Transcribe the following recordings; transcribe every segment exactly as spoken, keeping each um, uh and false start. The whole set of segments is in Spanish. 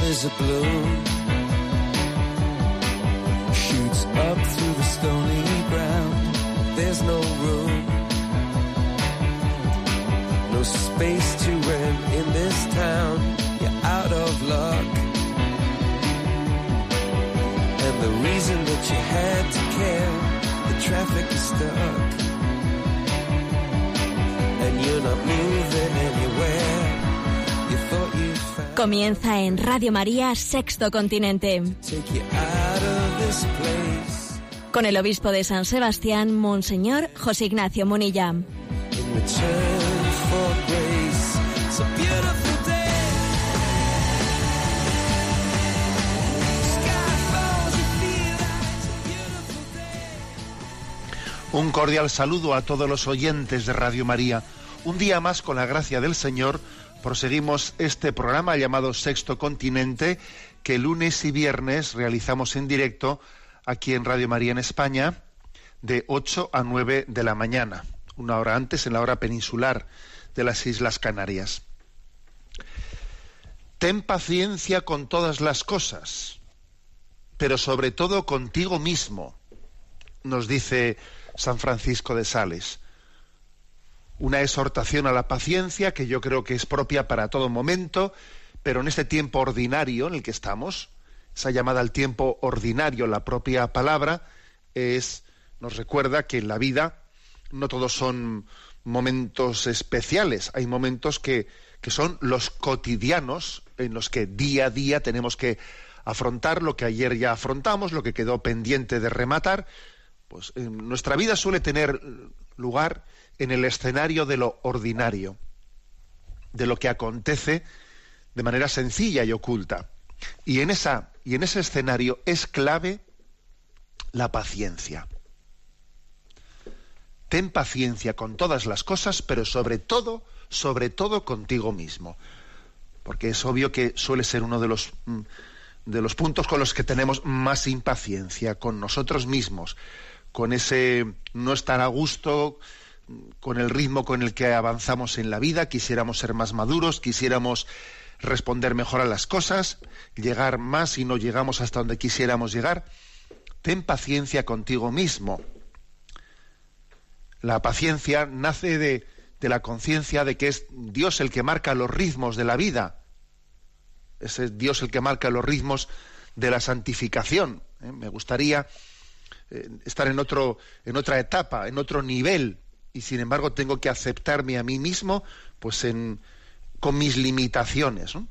is a bloom, shoots up through the stony ground. There's no room, no space to rent in this town. You're out of luck, and the reason that you had to care, the traffic is stuck, and you're not moving anywhere. You thought you found. Comienza en Radio María Sexto Continente, Take you out of this place. con el obispo de San Sebastián, Monseñor José Ignacio Munilla. In return for grace, it's a beautiful day. Sky falls, you feel that it's a beautiful day. Un cordial saludo a todos los oyentes de Radio María. Un día más, con la gracia del Señor, proseguimos este programa llamado Sexto Continente, que lunes y viernes realizamos en directo aquí en Radio María en España, de ocho a nueve de la mañana, una hora antes, en la hora peninsular de las Islas Canarias. Ten paciencia con todas las cosas, pero sobre todo contigo mismo, nos dice San Francisco de Sales. Una exhortación a la paciencia que yo creo que es propia para todo momento, pero en este tiempo ordinario en el que estamos, esa llamada al tiempo ordinario, la propia palabra, es, nos recuerda que en la vida no todos son momentos especiales, hay momentos que, que son los cotidianos, en los que día a día tenemos que afrontar lo que ayer ya afrontamos, lo que quedó pendiente de rematar. Pues en nuestra vida suele tener lugar en el escenario de lo ordinario, de lo que acontece de manera sencilla y oculta. Y en esa, y en ese escenario es clave la paciencia. Ten paciencia con todas las cosas, pero sobre todo, sobre todo contigo mismo. Porque es obvio que suele ser uno de los, de los puntos con los que tenemos más impaciencia, con nosotros mismos, con ese no estar a gusto, con el ritmo con el que avanzamos en la vida. Quisiéramos ser más maduros, quisiéramos responder mejor a las cosas, llegar más y no llegamos hasta donde quisiéramos llegar. Ten paciencia contigo mismo. La paciencia nace de, de la conciencia de que es Dios el que marca los ritmos de la vida. Es Dios el que marca los ritmos de la santificación. ¿Eh? Me gustaría eh, estar en otro, en otra etapa, en otro nivel, y sin embargo tengo que aceptarme a mí mismo, pues en con mis limitaciones, ¿no?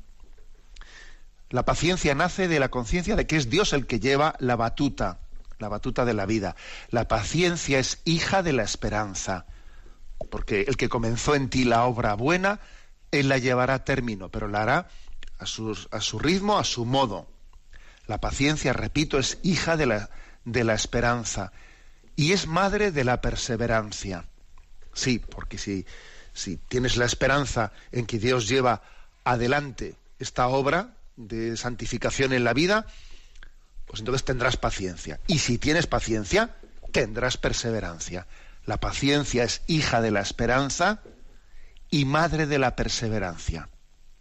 La paciencia nace de la conciencia de que es Dios el que lleva la batuta, la batuta de la vida. La paciencia es hija de la esperanza, porque el que comenzó en ti la obra buena, Él la llevará a término, pero la hará a su, a su ritmo, a su modo. La paciencia, repito, es hija de la, de la esperanza y es madre de la perseverancia. Sí, porque si... Si tienes la esperanza en que Dios lleva adelante esta obra de santificación en la vida, pues entonces tendrás paciencia. Y si tienes paciencia, tendrás perseverancia. La paciencia es hija de la esperanza y madre de la perseverancia.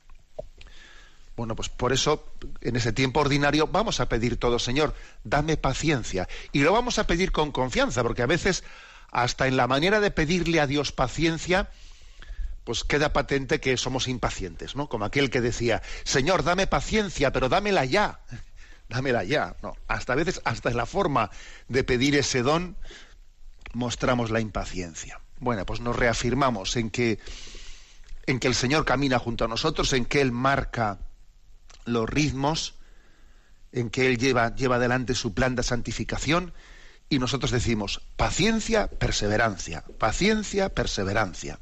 Bueno, pues por eso, en ese tiempo ordinario, vamos a pedir todo: Señor, dame paciencia. Y lo vamos a pedir con confianza, porque a veces, hasta en la manera de pedirle a Dios paciencia, pues queda patente que somos impacientes, ¿no? Como aquel que decía: Señor, dame paciencia, pero dámela ya, dámela ya. No, hasta a veces, hasta en la forma de pedir ese don, mostramos la impaciencia. Bueno, pues nos reafirmamos en que, en que el Señor camina junto a nosotros, en que Él marca los ritmos, en que Él lleva, lleva adelante su plan de santificación, y nosotros decimos: paciencia, perseverancia, paciencia, perseverancia.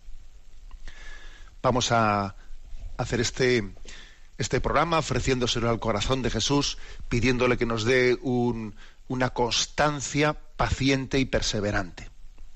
Vamos a hacer este, este programa ofreciéndoselo al corazón de Jesús, pidiéndole que nos dé un, una constancia paciente y perseverante.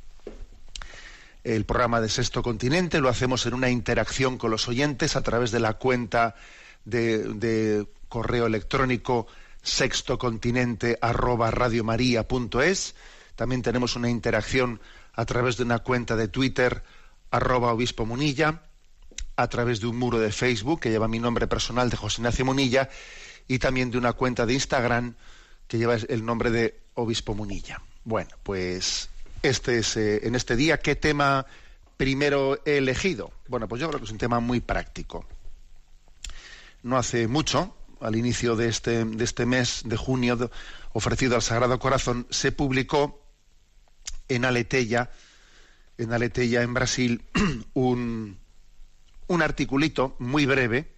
El programa de Sexto Continente lo hacemos en una interacción con los oyentes a través de la cuenta de, de correo electrónico sextocontinente arroba radiomaria.es. También tenemos una interacción a través de una cuenta de Twitter arroba obispo Munilla, a través de un muro de Facebook que lleva mi nombre personal de José Ignacio Munilla, y también de una cuenta de Instagram que lleva el nombre de Obispo Munilla. Bueno, pues este es eh, en este día, ¿qué tema primero he elegido? Bueno, pues yo creo que es un tema muy práctico. No hace mucho, al inicio de este, de este mes de junio, de, ofrecido al Sagrado Corazón, se publicó en Aleteia, en Aleteia, en Brasil, un, un articulito muy breve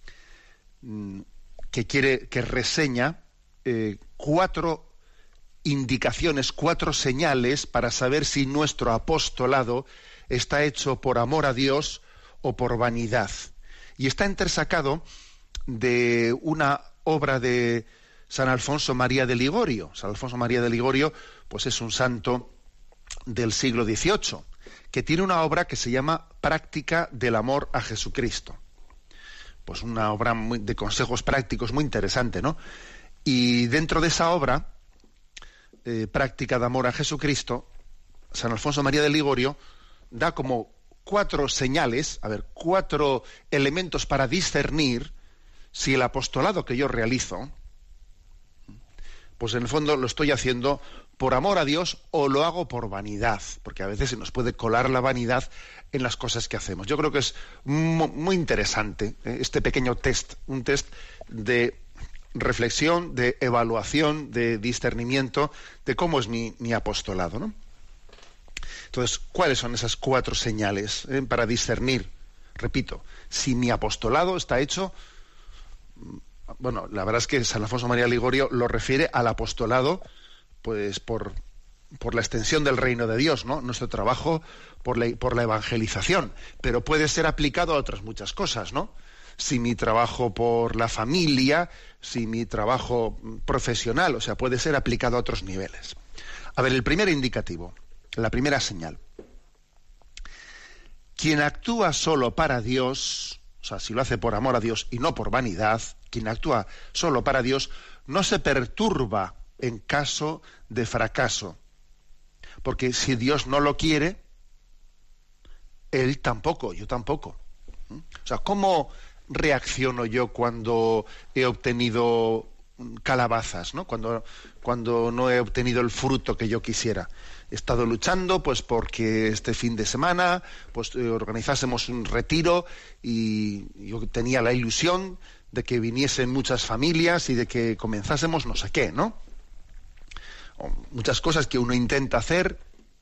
que quiere, que reseña eh, cuatro indicaciones, cuatro señales para saber si nuestro apostolado está hecho por amor a Dios o por vanidad. Y está intersacado de una obra de San Alfonso María de Ligorio. San Alfonso María de Ligorio, pues es un santo del siglo dieciocho, que tiene una obra que se llama Práctica del amor a Jesucristo. Pues una obra muy, de consejos prácticos muy interesante, ¿no? Y dentro de esa obra, eh, Práctica de amor a Jesucristo, San Alfonso María de Ligorio da como cuatro señales, a ver, cuatro elementos para discernir si el apostolado que yo realizo, pues en el fondo lo estoy haciendo por amor a Dios o lo hago por vanidad, porque a veces se nos puede colar la vanidad en las cosas que hacemos. Yo creo que es muy interesante ¿eh? este pequeño test, un test de reflexión, de evaluación, de discernimiento de cómo es mi, mi apostolado, ¿no? Entonces, ¿cuáles son esas cuatro señales eh, para discernir, repito, si mi apostolado está hecho? Bueno, la verdad es que San Alfonso María Ligorio lo refiere al apostolado, pues por, por la extensión del reino de Dios, ¿no? Nuestro trabajo por la, por la evangelización, pero puede ser aplicado a otras muchas cosas, ¿no? Si mi trabajo por la familia, si mi trabajo profesional, o sea, puede ser aplicado a otros niveles. A ver, el primer indicativo, la primera señal. Quien actúa solo para Dios, o sea, si lo hace por amor a Dios y no por vanidad, quien actúa solo para Dios no se perturba en caso de fracaso. Porque si Dios no lo quiere, Él tampoco, yo tampoco. O sea, ¿cómo reacciono yo cuando he obtenido calabazas, ¿no? Cuando, cuando no he obtenido el fruto que yo quisiera? He estado luchando pues porque este fin de semana pues eh, organizásemos un retiro y yo tenía la ilusión de que viniesen muchas familias y de que comenzásemos no sé qué, ¿no? O muchas cosas que uno intenta hacer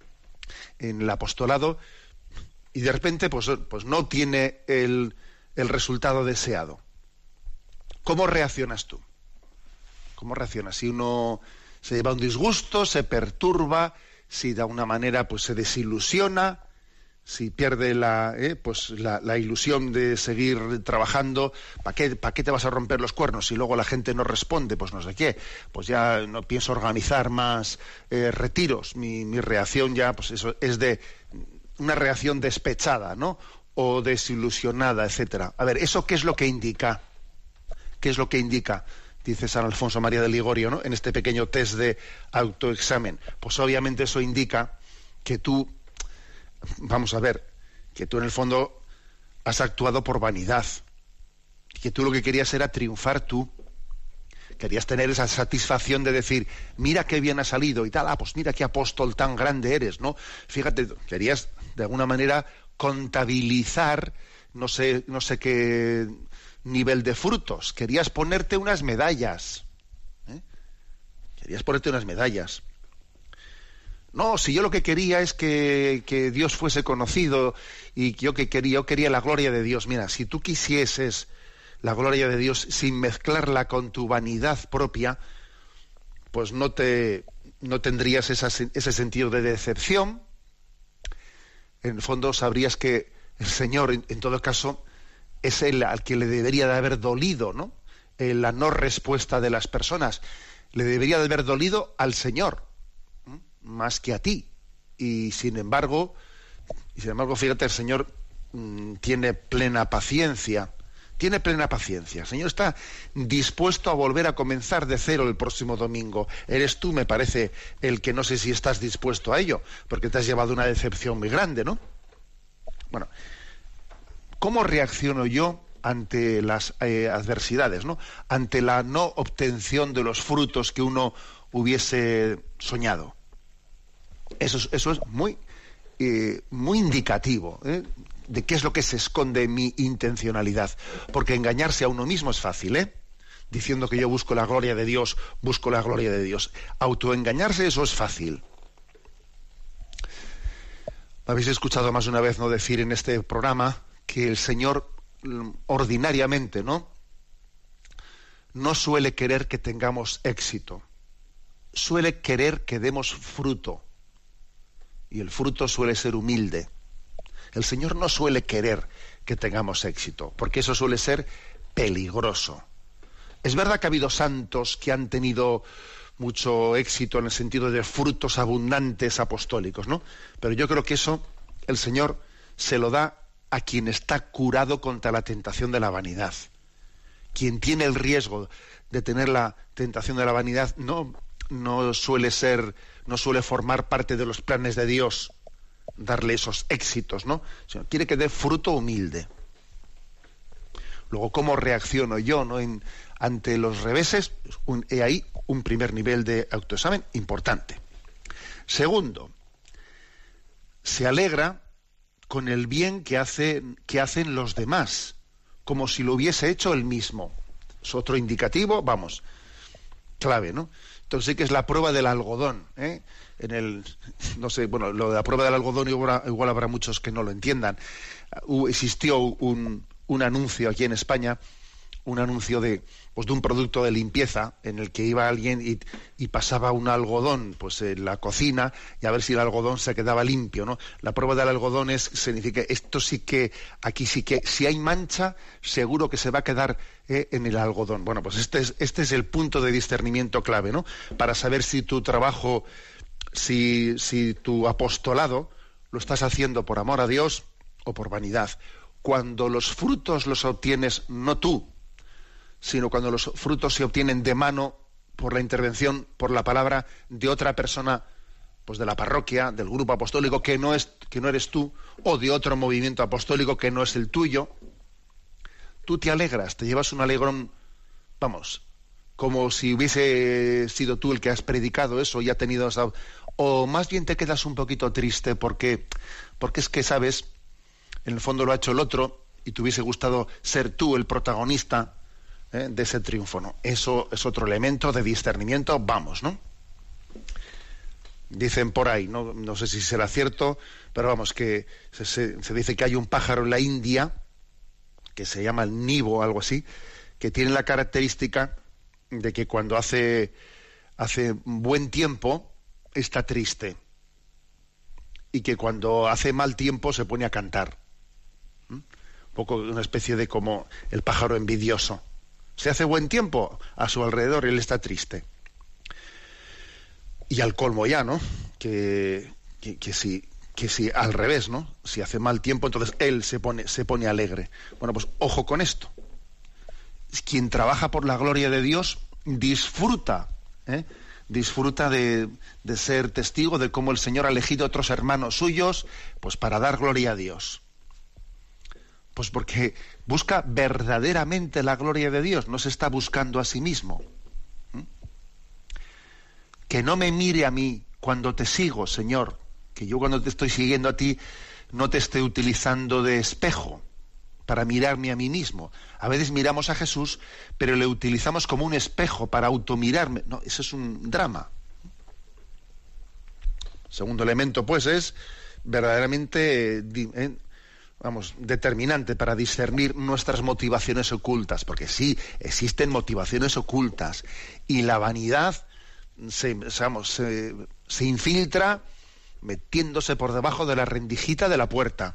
en el apostolado y de repente pues, pues no tiene el, el resultado deseado. ¿Cómo reaccionas tú? ¿Cómo reaccionas? Si uno se lleva un disgusto, se perturba, si de alguna manera pues se desilusiona, si pierde la, eh, pues la, la ilusión de seguir trabajando, ¿para qué, ¿para qué te vas a romper los cuernos? Si luego la gente no responde, pues no sé qué, pues ya no pienso organizar más eh, retiros. Mi, mi reacción ya pues eso es de una reacción despechada, ¿no? O desilusionada, etcétera. A ver, ¿eso qué es lo que indica? ¿Qué es lo que indica? Dice San Alfonso María de Ligorio, ¿no? En este pequeño test de autoexamen. Pues obviamente eso indica que tú, vamos a ver, que tú en el fondo has actuado por vanidad, que tú lo que querías era triunfar tú, querías tener esa satisfacción de decir, mira qué bien ha salido y tal, ah, pues mira qué apóstol tan grande eres, ¿no? Fíjate, querías de alguna manera contabilizar, no sé, no sé qué nivel de frutos, querías ponerte unas medallas, ¿eh? Querías ponerte unas medallas. No, si yo lo que quería es que, que Dios fuese conocido y yo que quería, yo quería la gloria de Dios. Mira, si tú quisieses la gloria de Dios sin mezclarla con tu vanidad propia, pues no te no tendrías esa, ese sentido de decepción. En el fondo sabrías que el Señor, en, en todo caso, es el al que le debería de haber dolido, ¿no? Eh, la no respuesta de las personas. Le debería de haber dolido al Señor, ¿eh? Más que a ti. Y sin embargo, y sin embargo, fíjate, el Señor mmm, tiene plena paciencia. Tiene plena paciencia. El Señor está dispuesto a volver a comenzar de cero el próximo domingo. Eres tú, me parece, el que no sé si estás dispuesto a ello, porque te has llevado una decepción muy grande, ¿no? Bueno, ¿cómo reacciono yo ante las eh, adversidades, ¿no? Ante la no obtención de los frutos que uno hubiese soñado. Eso es, eso es muy, eh, muy indicativo, ¿eh? de qué es lo que se esconde en mi intencionalidad. Porque engañarse a uno mismo es fácil, ¿eh? Diciendo que yo busco la gloria de Dios, busco la gloria de Dios. Autoengañarse, eso es fácil. Habéis escuchado más de una vez, ¿no?, decir en este programa que el Señor ordinariamente, ¿no?, no suele querer que tengamos éxito. Suele querer que demos fruto. Y el fruto suele ser humilde. El Señor no suele querer que tengamos éxito, porque eso suele ser peligroso. Es verdad que ha habido santos que han tenido mucho éxito en el sentido de frutos abundantes apostólicos, ¿no? Pero yo creo que eso el Señor se lo da a quien está curado contra la tentación de la vanidad. Quien tiene el riesgo de tener la tentación de la vanidad no, no suele ser, no suele formar parte de los planes de Dios, darle esos éxitos, ¿no? Sino quiere que dé fruto humilde. Luego, ¿cómo reacciono yo, ¿no?, en, ante los reveses? Un, he ahí un primer nivel de autoexamen importante. Segundo, se alegra con el bien que, hace, que hacen los demás, como si lo hubiese hecho él mismo. Es otro indicativo, vamos, clave, ¿no? Entonces sí que es la prueba del algodón, ¿eh? En el, no sé, bueno, lo de la prueba del algodón igual, igual habrá muchos que no lo entiendan. Uh, existió un, un anuncio aquí en España, un anuncio de, pues, de un producto de limpieza en el que iba alguien y, y pasaba un algodón, pues, en la cocina, y a ver si el algodón se quedaba limpio, ¿no? La prueba del algodón es, significa, esto sí que, aquí sí que, si hay mancha, seguro que se va a quedar eh, en el algodón. Bueno, pues este es, este es el punto de discernimiento clave, ¿no? Para saber si tu trabajo, si, si tu apostolado lo estás haciendo por amor a Dios o por vanidad. Cuando los frutos los obtienes no tú, sino cuando los frutos se obtienen de mano por la intervención, por la palabra de otra persona, pues de la parroquia, del grupo apostólico, que no es, que no eres tú, o de otro movimiento apostólico que no es el tuyo, tú te alegras, te llevas un alegrón, vamos, como si hubiese sido tú el que has predicado eso y ha tenido esa... O más bien te quedas un poquito triste porque, porque es que, sabes, en el fondo lo ha hecho el otro y te hubiese gustado ser tú el protagonista ¿eh? de ese triunfo, ¿no? Eso es otro elemento de discernimiento, vamos, ¿no? Dicen por ahí, no, no sé si será cierto, pero vamos, que se, se, se dice que hay un pájaro en la India que se llama el nibo, algo así, que tiene la característica de que cuando hace, hace buen tiempo está triste y que cuando hace mal tiempo se pone a cantar. ¿Mm? Un poco una especie de como el pájaro envidioso. Se hace buen tiempo a su alrededor y él está triste. Y al colmo ya, ¿no? Que, que, que si que si al revés, ¿no? Si hace mal tiempo, entonces él se pone se pone alegre. Bueno, pues ojo con esto. Quien trabaja por la gloria de Dios disfruta, ¿eh? disfruta de, de ser testigo de cómo el Señor ha elegido otros hermanos suyos, pues para dar gloria a Dios. Pues porque busca verdaderamente la gloria de Dios, no se está buscando a sí mismo. ¿Mm? Que no me mire a mí cuando te sigo, Señor, que yo cuando te estoy siguiendo a ti no te esté utilizando de espejo para mirarme a mí mismo. A veces miramos a Jesús, pero le utilizamos como un espejo para automirarme. No, eso es un drama. Segundo elemento, pues, es verdaderamente, eh, vamos, determinante para discernir nuestras motivaciones ocultas, porque sí, existen motivaciones ocultas, y la vanidad se, vamos, se, se infiltra metiéndose por debajo de la rendijita de la puerta.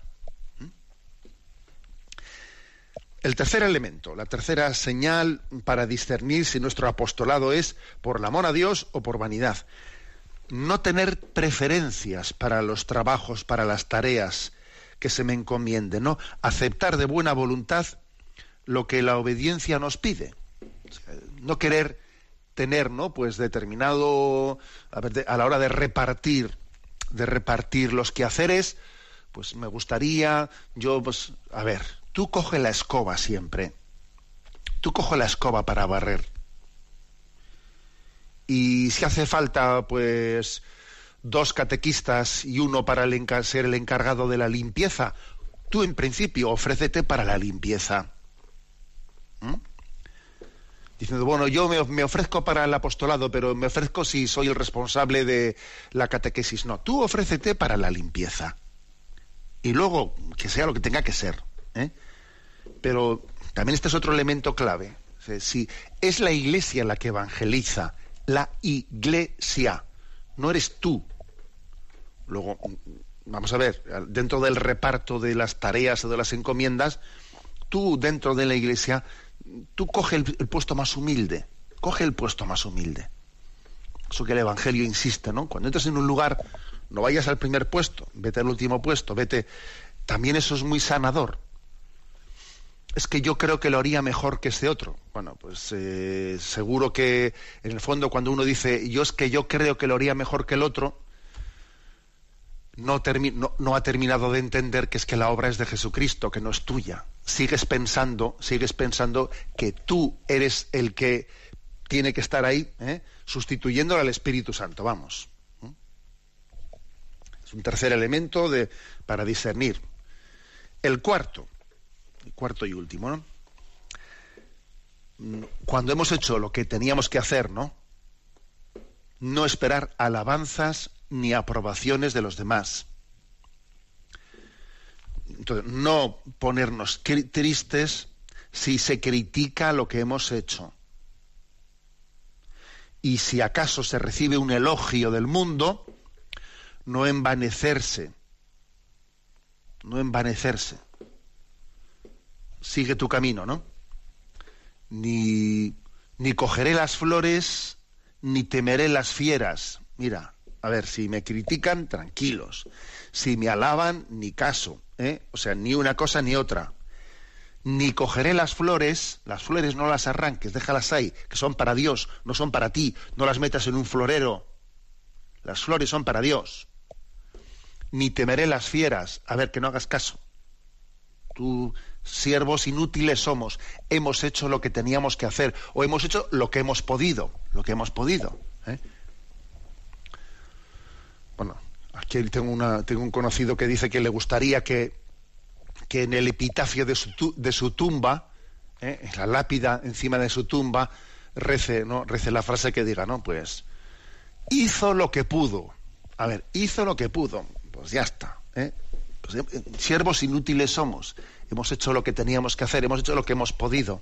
El tercer elemento, la tercera señal para discernir si nuestro apostolado es por el amor a Dios o por vanidad. No tener preferencias para los trabajos, para las tareas que se me encomienden, ¿no? Aceptar de buena voluntad lo que la obediencia nos pide. O sea, no querer tener, ¿no?, pues determinado, a, ver, de, a la hora de repartir, de repartir los quehaceres, pues me gustaría, yo, pues, a ver, tú coge la escoba siempre. Tú coge la escoba para barrer. Y si hace falta, pues, dos catequistas y uno para el enca- ser el encargado de la limpieza, tú en principio ofrécete para la limpieza. ¿Mm? Diciendo, bueno, yo me, me ofrezco para el apostolado, pero me ofrezco si soy el responsable de la catequesis. No, tú ofrécete para la limpieza. Y luego, que sea lo que tenga que ser. ¿eh? Pero también este es otro elemento clave. O sea, si es la Iglesia la que evangeliza, la Iglesia, no eres tú. Luego, vamos a ver, dentro del reparto de las tareas o de las encomiendas, tú dentro de la Iglesia, tú coge el, el puesto más humilde, coge el puesto más humilde. Eso que el Evangelio insiste, ¿no? Cuando entres en un lugar, no vayas al primer puesto, vete al último puesto, vete. También eso es muy sanador. Es que yo creo que lo haría mejor que este otro. Bueno, pues eh, seguro que en el fondo cuando uno dice, yo es que yo creo que lo haría mejor que el otro, no, termi- no, no ha terminado de entender que es que la obra es de Jesucristo, que no es tuya. Sigues pensando, sigues pensando que tú eres el que tiene que estar ahí, ¿eh? sustituyéndole al Espíritu Santo. Vamos. ¿eh? Es un tercer elemento de, para discernir. El cuarto, el cuarto y último, ¿no? Cuando hemos hecho lo que teníamos que hacer, ¿no? No esperar alabanzas ni aprobaciones de los demás. Entonces, no ponernos tristes si se critica lo que hemos hecho. Y si acaso se recibe un elogio del mundo, no envanecerse. No envanecerse. Sigue tu camino, ¿no? Ni, ni cogeré las flores, ni temeré las fieras. Mira, a ver, si me critican, tranquilos. Si me alaban, ni caso. ¿eh? O sea, ni una cosa ni otra. Ni cogeré las flores, las flores no las arranques, déjalas ahí, que son para Dios, no son para ti. No las metas en un florero. Las flores son para Dios. Ni temeré las fieras. A ver, que no hagas caso. Tú... Siervos inútiles somos, hemos hecho lo que teníamos que hacer, o hemos hecho lo que hemos podido, lo que hemos podido. ¿eh? Bueno, aquí tengo, una, tengo un conocido que dice que le gustaría que, que en el epitafio de su, de su tumba, ¿eh? en la lápida encima de su tumba, rece, ¿no? rece la frase que diga, ¿no? Pues, hizo lo que pudo. A ver, hizo lo que pudo, pues ya está. ¿eh? Pues, eh, siervos inútiles somos. Hemos hecho lo que teníamos que hacer, hemos hecho lo que hemos podido.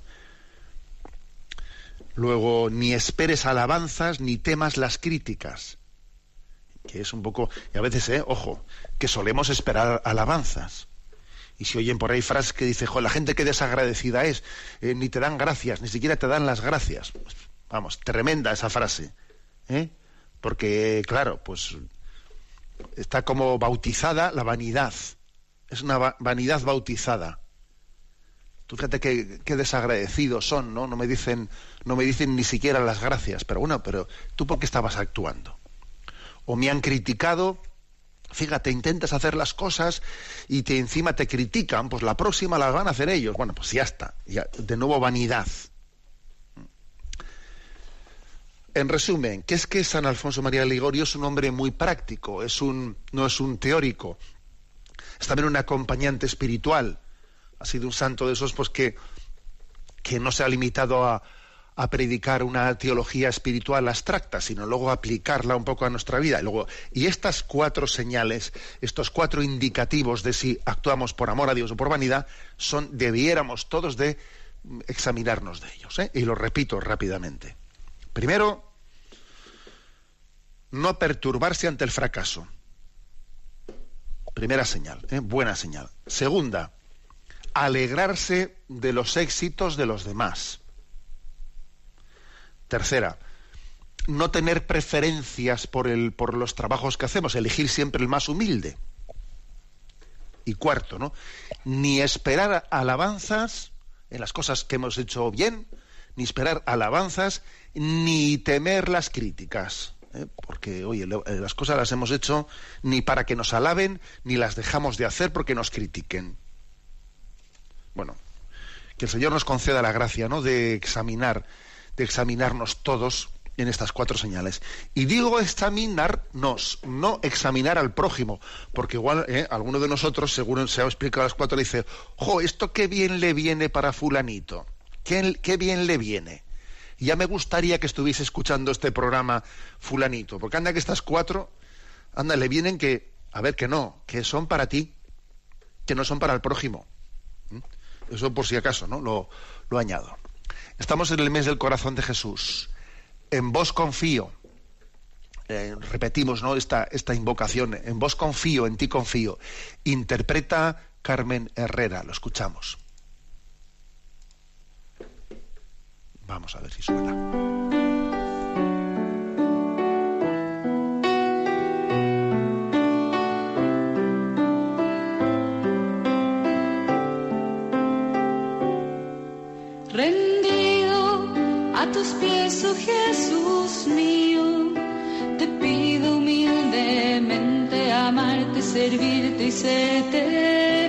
Luego, ni esperes alabanzas, ni temas las críticas. Que es un poco, y a veces, eh, ojo, que solemos esperar alabanzas. Y si oyen por ahí frases que dice, joder, la gente que desagradecida es, eh, ni te dan gracias, ni siquiera te dan las gracias. Vamos, tremenda esa frase. ¿eh? Porque, claro, pues está como bautizada la vanidad. Es una va- vanidad bautizada. Tú fíjate qué, qué desagradecidos son, ¿no? No me dicen, no me dicen ni siquiera las gracias. Pero bueno, pero ¿tú por qué estabas actuando? O me han criticado, fíjate, intentas hacer las cosas y te encima te critican, pues la próxima las van a hacer ellos. Bueno, pues ya está, ya, de nuevo vanidad. En resumen, ¿qué es que San Alfonso María Ligorio es un hombre muy práctico? Es un, no es un teórico. Es también un acompañante espiritual. Ha sido un santo de esos pues que, que no se ha limitado a, a predicar una teología espiritual abstracta, sino luego aplicarla un poco a nuestra vida. Y, luego, y estas cuatro señales, estos cuatro indicativos de si actuamos por amor a Dios o por vanidad, son, debiéramos todos de examinarnos de ellos. ¿eh? Y lo repito rápidamente. Primero, no perturbarse ante el fracaso. Primera señal, ¿eh? buena señal. Segunda, alegrarse de los éxitos de los demás. Tercera, no tener preferencias por, el, por los trabajos que hacemos, elegir siempre el más humilde. Y cuarto, ¿no? Ni esperar alabanzas en las cosas que hemos hecho bien, ni esperar alabanzas, ni temer las críticas. ¿eh? Porque, oye, las cosas las hemos hecho ni para que nos alaben, ni las dejamos de hacer porque nos critiquen. bueno, que el Señor nos conceda la gracia, ¿no?, de examinar, de examinarnos todos en estas cuatro señales. Y digo examinarnos, no examinar al prójimo, porque igual ¿eh? alguno de nosotros, seguro se ha explicado a las cuatro, le dice, jo, esto qué bien le viene para fulanito, qué, qué bien le viene. Y ya me gustaría que estuviese escuchando este programa fulanito, porque anda que estas cuatro, anda, le vienen que, a ver, que no, que son para ti, que no son para el prójimo. ¿Mm? Eso por si acaso, ¿no? Lo, lo añado. Estamos en el mes del corazón de Jesús. En vos confío. Eh, repetimos, ¿no?, esta, esta invocación. En vos confío, en ti confío. Interpreta Carmen Herrera. Lo escuchamos. Vamos a ver si suena. Rendido a tus pies, oh Jesús mío, te pido humildemente amarte, servirte y serte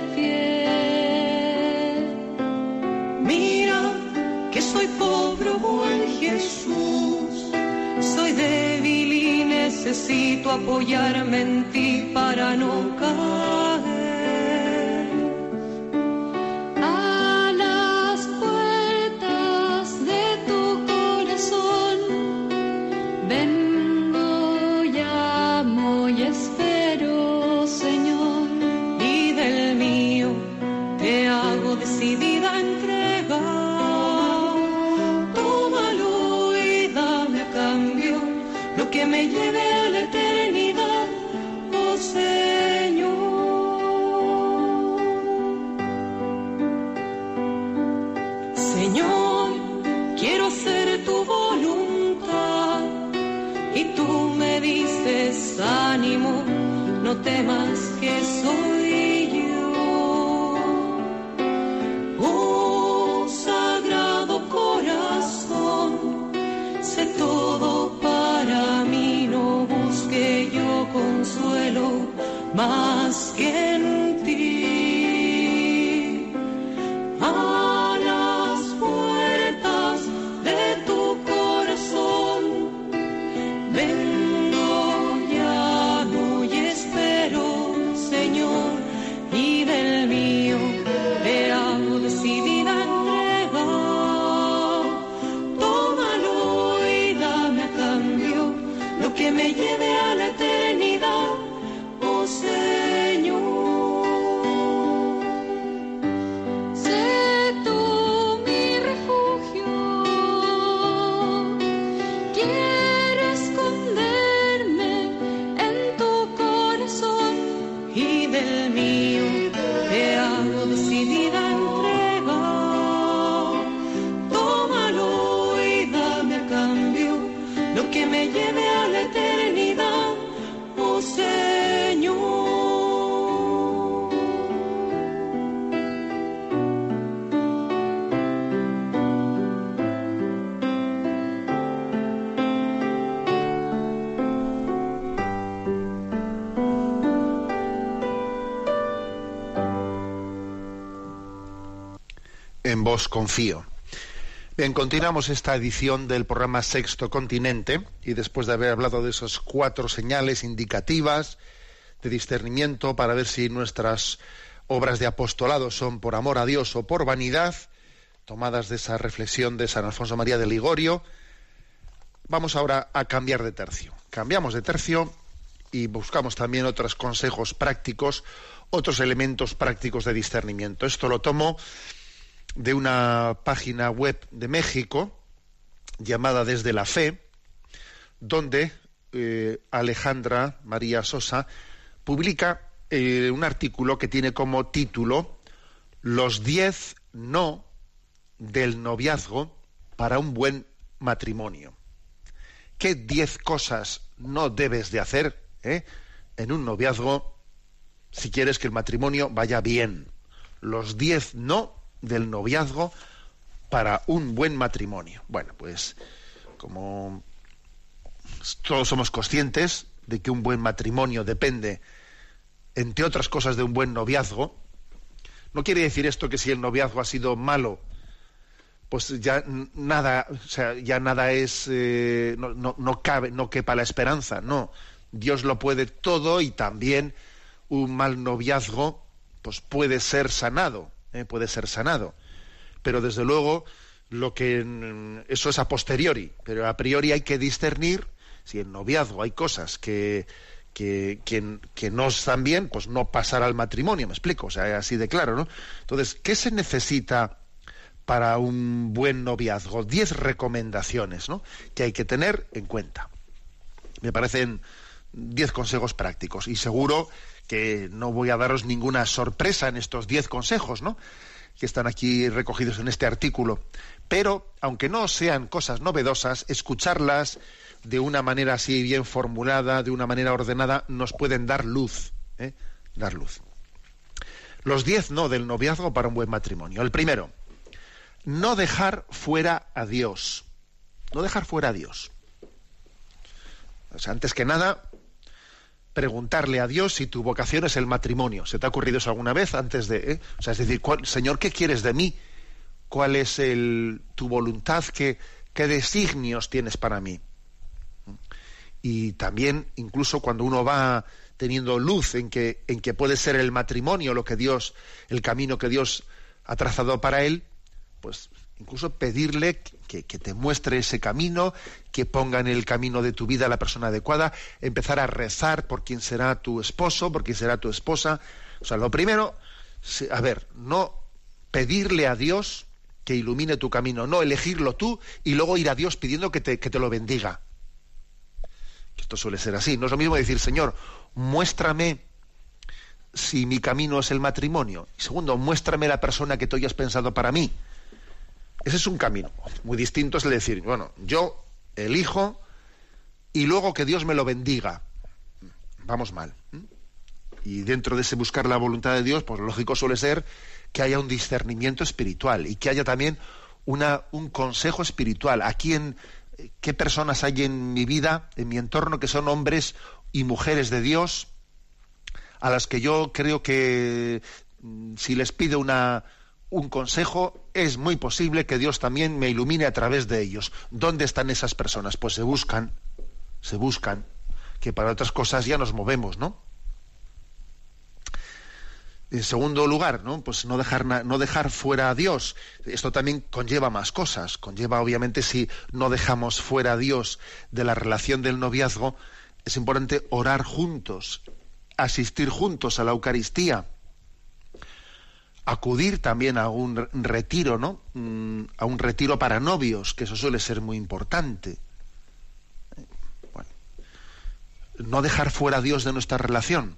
fiel. Mira que soy pobre, buen Jesús, soy débil y necesito apoyarme en ti para no caer. Decidida entrega, tómalo y dame a cambio lo que me lleve a la eternidad, oh Señor. Señor, quiero hacer tu voluntad y tú me dices ánimo, no temas que soy yo. Todo para mí, no busque yo consuelo más que en ti. A las puertas de tu corazón vengo, llamo y espero, Señor, y del mío te hago decidida entrega. Que me lleve a la eternidad, oh Señor. Sé tú mi refugio, quiero esconderme en tu corazón y del mío te hago decidida entrega. Tómalo y dame a cambio lo que me lleve a la eternidad, oh Señor. En vos confío. Bien, continuamos esta edición del programa Sexto Continente y después de haber hablado de esas cuatro señales indicativas de discernimiento para ver si nuestras obras de apostolado son por amor a Dios o por vanidad, tomadas de esa reflexión de San Alfonso María de Ligorio, vamos ahora a cambiar de tercio. Cambiamos de tercio y buscamos también otros consejos prácticos, otros elementos prácticos de discernimiento. Esto lo tomo de una página web de México llamada Desde la Fe, donde eh, Alejandra María Sosa publica eh, un artículo que tiene como título Los diez no del noviazgo para un buen matrimonio. ¿Qué diez cosas no debes de hacer eh, en un noviazgo si quieres que el matrimonio vaya bien? Los diez no del noviazgo para un buen matrimonio. Bueno, pues como todos somos conscientes de que un buen matrimonio depende, entre otras cosas, de un buen noviazgo, No quiere decir esto que si el noviazgo ha sido malo, pues ya nada, o sea, ya nada es, eh, no, no, no cabe, no quepa la esperanza. No, Dios lo puede todo, y también un mal noviazgo, pues puede ser sanado, eh, puede ser sanado. Pero desde luego, lo que eso es a posteriori, pero a priori hay que discernir si en noviazgo hay cosas que que, que que no están bien, pues no pasar al matrimonio, me explico, o sea, así de claro, ¿no? Entonces, ¿qué se necesita para un buen noviazgo? Diez recomendaciones, ¿no?, que hay que tener en cuenta. Me parecen diez consejos prácticos, y seguro que no voy a daros ninguna sorpresa en estos diez consejos, ¿no?, que están aquí recogidos en este artículo. Pero, aunque no sean cosas novedosas, escucharlas de una manera así bien formulada, de una manera ordenada, nos pueden dar luz, ¿eh? Dar luz. Los diez no del noviazgo para un buen matrimonio. El primero, no dejar fuera a Dios. No dejar fuera a Dios. O sea, antes que nada, preguntarle a Dios si tu vocación es el matrimonio. ¿Se te ha ocurrido eso alguna vez antes de...? Eh? O sea, es decir, ¿cuál, Señor, ¿qué quieres de mí? ¿Cuál es el, tu voluntad? ¿Qué, qué designios tienes para mí? Y también, incluso cuando uno va teniendo luz en que, en que puede ser el matrimonio lo que Dios, el camino que Dios ha trazado para él, pues incluso pedirle que, que te muestre ese camino, que ponga en el camino de tu vida a la persona adecuada, empezar a rezar por quién será tu esposo, por quién será tu esposa. O sea, lo primero, a ver, no pedirle a Dios que ilumine tu camino, no elegirlo tú y luego ir a Dios pidiendo que te, que te lo bendiga. Esto suele ser así. No es lo mismo decir, Señor, muéstrame si mi camino es el matrimonio. Y segundo, muéstrame la persona que tú hayas pensado para mí. Ese es un camino. Muy distinto es el decir, bueno, yo elijo y luego que Dios me lo bendiga. Vamos mal. Y dentro de ese buscar la voluntad de Dios, pues lógico suele ser que haya un discernimiento espiritual y que haya también una, un consejo espiritual. ¿A quién, qué personas hay en mi vida, en mi entorno, que son hombres y mujeres de Dios, a las que yo creo que si les pido una, un consejo, es muy posible que Dios también me ilumine a través de ellos? ¿Dónde están esas personas? Pues se buscan, se buscan, que para otras cosas ya nos movemos, ¿no? En segundo lugar, ¿no? Pues no dejar, no dejar fuera a Dios. Esto también conlleva más cosas. Conlleva, obviamente, si no dejamos fuera a Dios de la relación del noviazgo, es importante orar juntos, asistir juntos a la Eucaristía, acudir también a un retiro, ¿no? A un retiro para novios, que eso suele ser muy importante. Bueno, no dejar fuera a Dios de nuestra relación.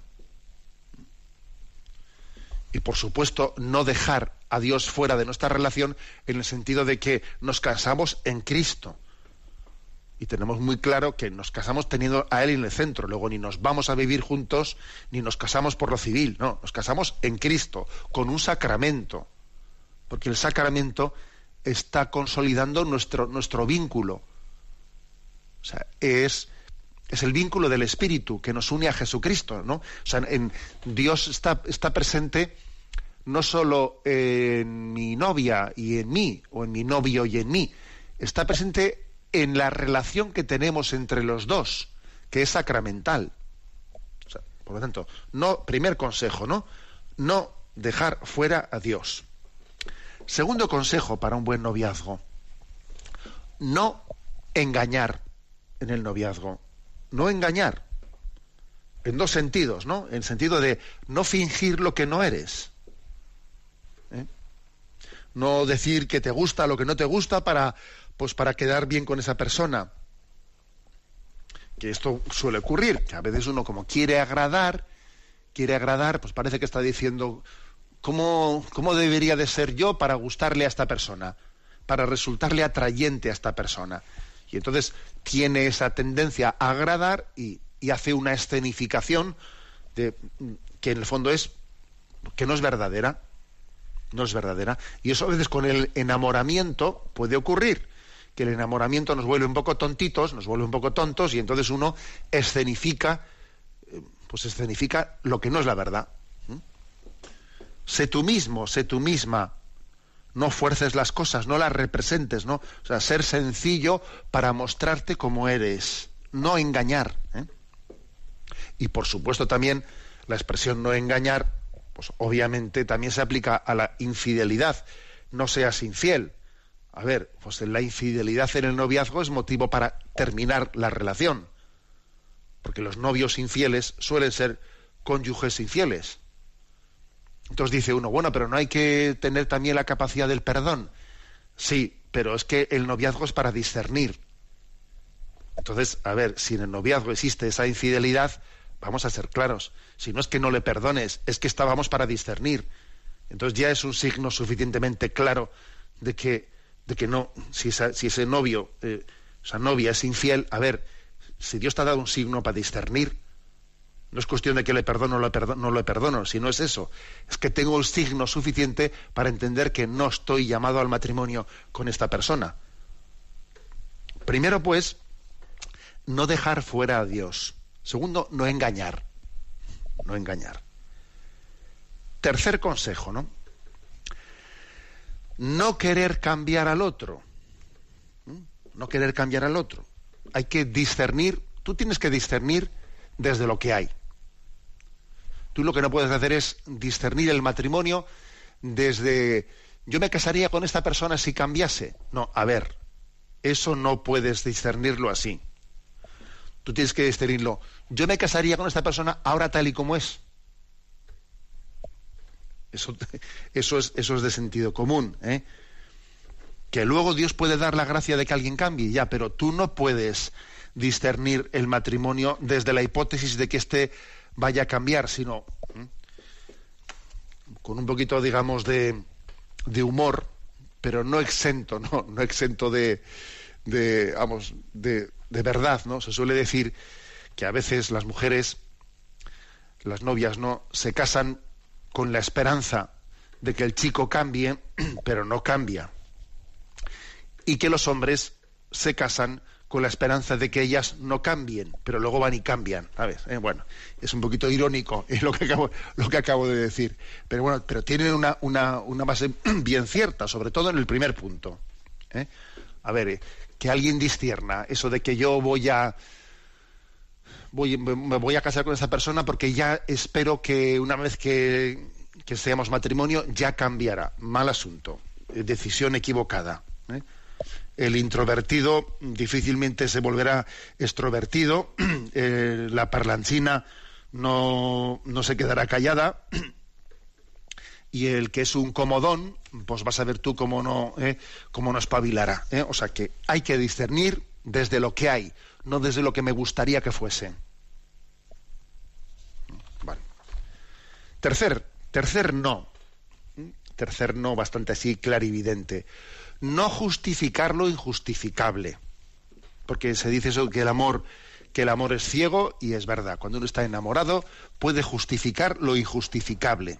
Y por supuesto, no dejar a Dios fuera de nuestra relación en el sentido de que nos casamos en Cristo. Y tenemos muy claro que nos casamos teniendo a Él en el centro. Luego ni nos vamos a vivir juntos, ni nos casamos por lo civil. No, nos casamos en Cristo, con un sacramento. Porque el sacramento está consolidando nuestro, nuestro vínculo. O sea, es... es el vínculo del Espíritu que nos une a Jesucristo, ¿no? O sea, en, Dios está, está presente no solo en mi novia y en mí, o en mi novio y en mí, está presente en la relación que tenemos entre los dos, que es sacramental. O sea, por lo tanto, no, primer consejo, ¿no? No dejar fuera a Dios. Segundo consejo para un buen noviazgo, no engañar en el noviazgo. No engañar, en dos sentidos, ¿no? En el sentido de no fingir lo que no eres. ¿Eh? No decir que te gusta lo que no te gusta para, pues para quedar bien con esa persona. Que esto suele ocurrir, que a veces uno como quiere agradar, quiere agradar, pues parece que está diciendo ¿cómo, cómo debería de ser yo para gustarle a esta persona? Para resultarle atrayente a esta persona. Y entonces tiene esa tendencia a agradar y, y hace una escenificación de, que en el fondo es que no es verdadera, no es verdadera. Y eso a veces con el enamoramiento puede ocurrir, que el enamoramiento nos vuelve un poco tontitos, nos vuelve un poco tontos y entonces uno escenifica, pues escenifica lo que no es la verdad. sé tú mismo, sé tú misma. No fuerces las cosas, no las representes, ¿no? O sea, ser sencillo para mostrarte como eres, no engañar, ¿eh? Y por supuesto también la expresión no engañar, pues obviamente también se aplica a la infidelidad. No seas infiel. A ver, pues la infidelidad en el noviazgo es motivo para terminar la relación, porque los novios infieles suelen ser cónyuges infieles. Entonces dice uno, bueno, pero no hay que tener también la capacidad del perdón. Sí, pero es que el noviazgo es para discernir. Entonces, a ver, si en el noviazgo existe esa infidelidad, vamos a ser claros. Si no es que no le perdones, es que estábamos para discernir. Entonces ya es un signo suficientemente claro de que, de que no, si, esa, si ese novio, eh, esa novia es infiel, a ver, si Dios te ha dado un signo para discernir, no es cuestión de que le perdono o no, no lo perdono, si no es eso. Es que tengo el signo suficiente para entender que no estoy llamado al matrimonio con esta persona. Primero, pues, no dejar fuera a Dios. Segundo, no engañar. No engañar. Tercer consejo, ¿no? No querer cambiar al otro. ¿Mm? No querer cambiar al otro. Hay que discernir, tú tienes que discernir desde lo que hay. Tú lo que no puedes hacer es discernir el matrimonio desde yo me casaría con esta persona si cambiase. No, a ver, eso no puedes discernirlo así. Tú tienes que discernirlo. Yo me casaría con esta persona ahora tal y como es. Eso, eso, es, eso es de sentido común, ¿eh? Que luego Dios puede dar la gracia de que alguien cambie, ya, pero tú no puedes discernir el matrimonio desde la hipótesis de que éste vaya a cambiar, sino ¿eh? con un poquito, digamos, de, de humor, pero no exento, no, no exento de, de vamos, de, de verdad, ¿no? Se suele decir que a veces las mujeres, las novias, ¿no?, se casan con la esperanza de que el chico cambie, pero no cambia. Y que los hombres se casan con la esperanza de que ellas no cambien, pero luego van y cambian, ¿sabes? Eh, bueno, es un poquito irónico eh, lo que acabo, lo que acabo de decir, pero bueno, pero tiene una, una, una base bien cierta, sobre todo en el primer punto. ¿eh? A ver, eh, que alguien discierna eso de que yo voy a voy, me voy a casar con esa persona porque ya espero que una vez que, que seamos matrimonio ya cambiará. Mal asunto, eh, decisión equivocada. ¿eh? El introvertido difícilmente se volverá extrovertido, eh, la parlanchina no, no se quedará callada, y el que es un comodón, pues vas a ver tú cómo no, eh, cómo no espabilará. ¿eh? O sea que hay que discernir desde lo que hay, no desde lo que me gustaría que fuese. Vale. Tercer, tercer no. Tercer no, bastante así clarividente. No justificar lo injustificable, porque se dice eso, que el amor que el amor es ciego, y es verdad. Cuando uno está enamorado puede justificar lo injustificable.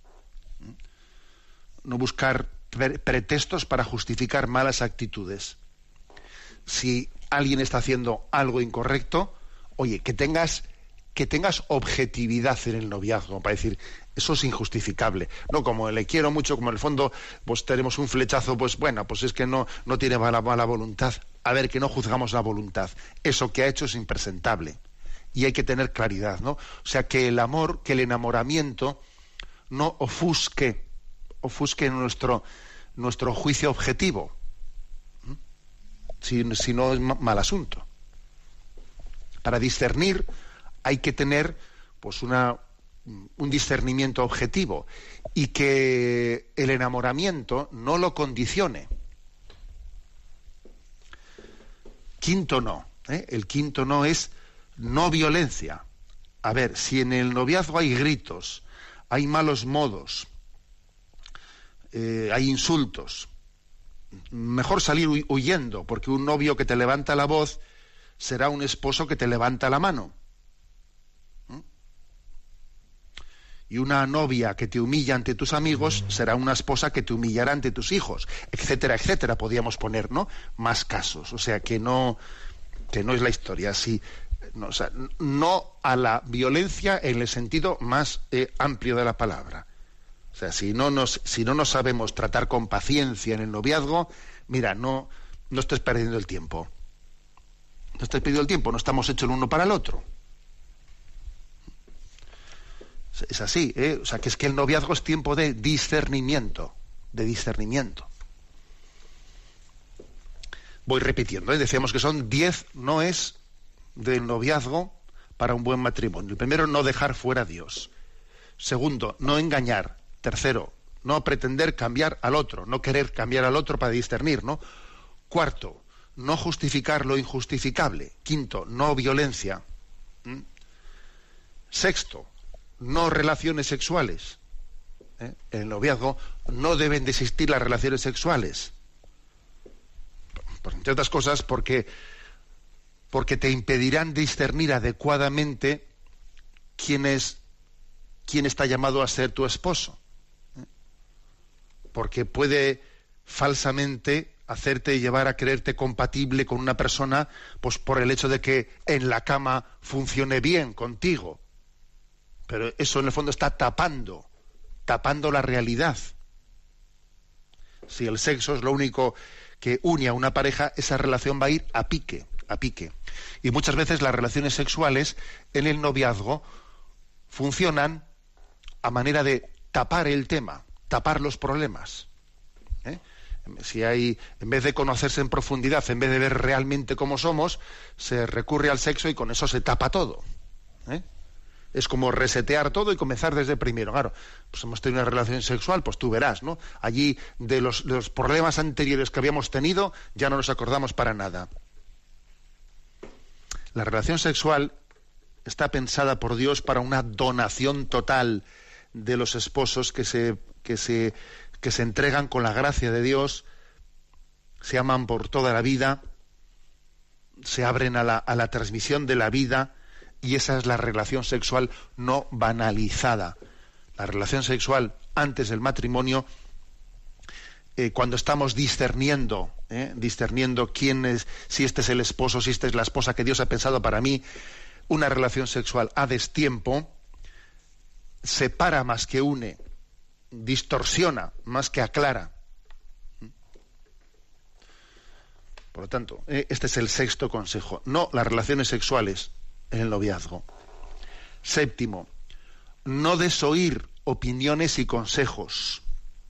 No buscar pre- pretextos para justificar malas actitudes. Si alguien está haciendo algo incorrecto, oye, que tengas que tengas objetividad en el noviazgo para decir eso es injustificable. No como le quiero mucho, como en el fondo pues tenemos un flechazo, pues bueno, pues es que no, no tiene mala, mala voluntad. A ver, que no juzgamos la voluntad. Eso que ha hecho es impresentable. Y hay que tener claridad, ¿no? O sea, que el amor, que el enamoramiento no ofusque, ofusque nuestro, nuestro juicio objetivo. ¿Mm? Si, si no es mal asunto. Para discernir hay que tener pues una un discernimiento objetivo y que el enamoramiento no lo condicione. Quinto no, ¿eh? El quinto no es no violencia. A ver, si en el noviazgo hay gritos, hay malos modos, eh, hay insultos, mejor salir hu- huyendo, porque un novio que te levanta la voz será un esposo que te levanta la mano. Y una novia que te humilla ante tus amigos será una esposa que te humillará ante tus hijos, etcétera, etcétera. Podríamos poner, ¿no?, más casos. O sea, que no, que no es la historia así. No, o sea, no a la violencia en el sentido más eh, amplio de la palabra. O sea, si no nos, si no nos sabemos tratar con paciencia en el noviazgo, mira, no, no estés perdiendo el tiempo. No estés perdiendo el tiempo, no estamos hechos el uno para el otro. Es así, ¿eh? O sea, que es que el noviazgo es tiempo de discernimiento, de discernimiento. Voy repitiendo, ¿eh? Decíamos que son diez noes del noviazgo para un buen matrimonio. El primero, no dejar fuera a Dios. Segundo, no engañar. Tercero, no pretender cambiar al otro, no querer cambiar al otro para discernir, ¿no? Cuarto, no justificar lo injustificable. Quinto, no violencia. ¿Mm? Sexto, no relaciones sexuales. ¿Eh? En el noviazgo no deben de existir las relaciones sexuales. Por, entre otras cosas, porque, porque te impedirán discernir adecuadamente quién es, quién está llamado a ser tu esposo. ¿Eh? Porque puede falsamente hacerte llevar a creerte compatible con una persona, pues por el hecho de que en la cama funcione bien contigo. Pero eso en el fondo está tapando, tapando la realidad. Si el sexo es lo único que une a una pareja, esa relación va a ir a pique, a pique. Y muchas veces las relaciones sexuales en el noviazgo funcionan a manera de tapar el tema, tapar los problemas. ¿Eh? Si hay, en vez de conocerse en profundidad, en vez de ver realmente cómo somos, se recurre al sexo y con eso se tapa todo. ¿Eh? Es como resetear todo y comenzar desde primero. Claro, pues hemos tenido una relación sexual, pues tú verás, ¿no? Allí de los, de los problemas anteriores que habíamos tenido ya no nos acordamos para nada. La relación sexual está pensada por Dios para una donación total de los esposos que se, que se, que se entregan con la gracia de Dios, se aman por toda la vida, se abren a la, a la transmisión de la vida. Y esa es la relación sexual no banalizada. La relación sexual antes del matrimonio, eh, cuando estamos discerniendo, eh, discerniendo quién es, si este es el esposo, si esta es la esposa que Dios ha pensado para mí, una relación sexual a destiempo separa más que une, distorsiona más que aclara. Por lo tanto, eh, este es el sexto consejo. No las relaciones sexuales en el noviazgo. Séptimo, no desoír opiniones y consejos.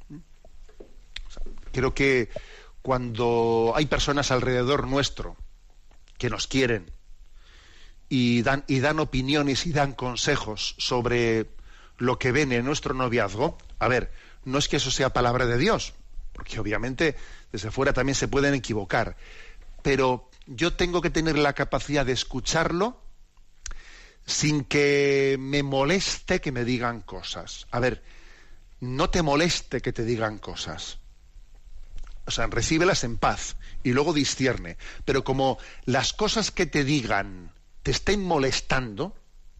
Creo que cuando hay personas alrededor nuestro que nos quieren y dan, y dan opiniones y dan consejos sobre lo que ven en nuestro noviazgo, a ver, no es que eso sea palabra de Dios, porque obviamente desde fuera también se pueden equivocar, pero yo tengo que tener la capacidad de escucharlo sin que me moleste que me digan cosas. A ver, no te moleste que te digan cosas. O sea, recíbelas en paz y luego discierne. Pero como las cosas que te digan te estén molestando,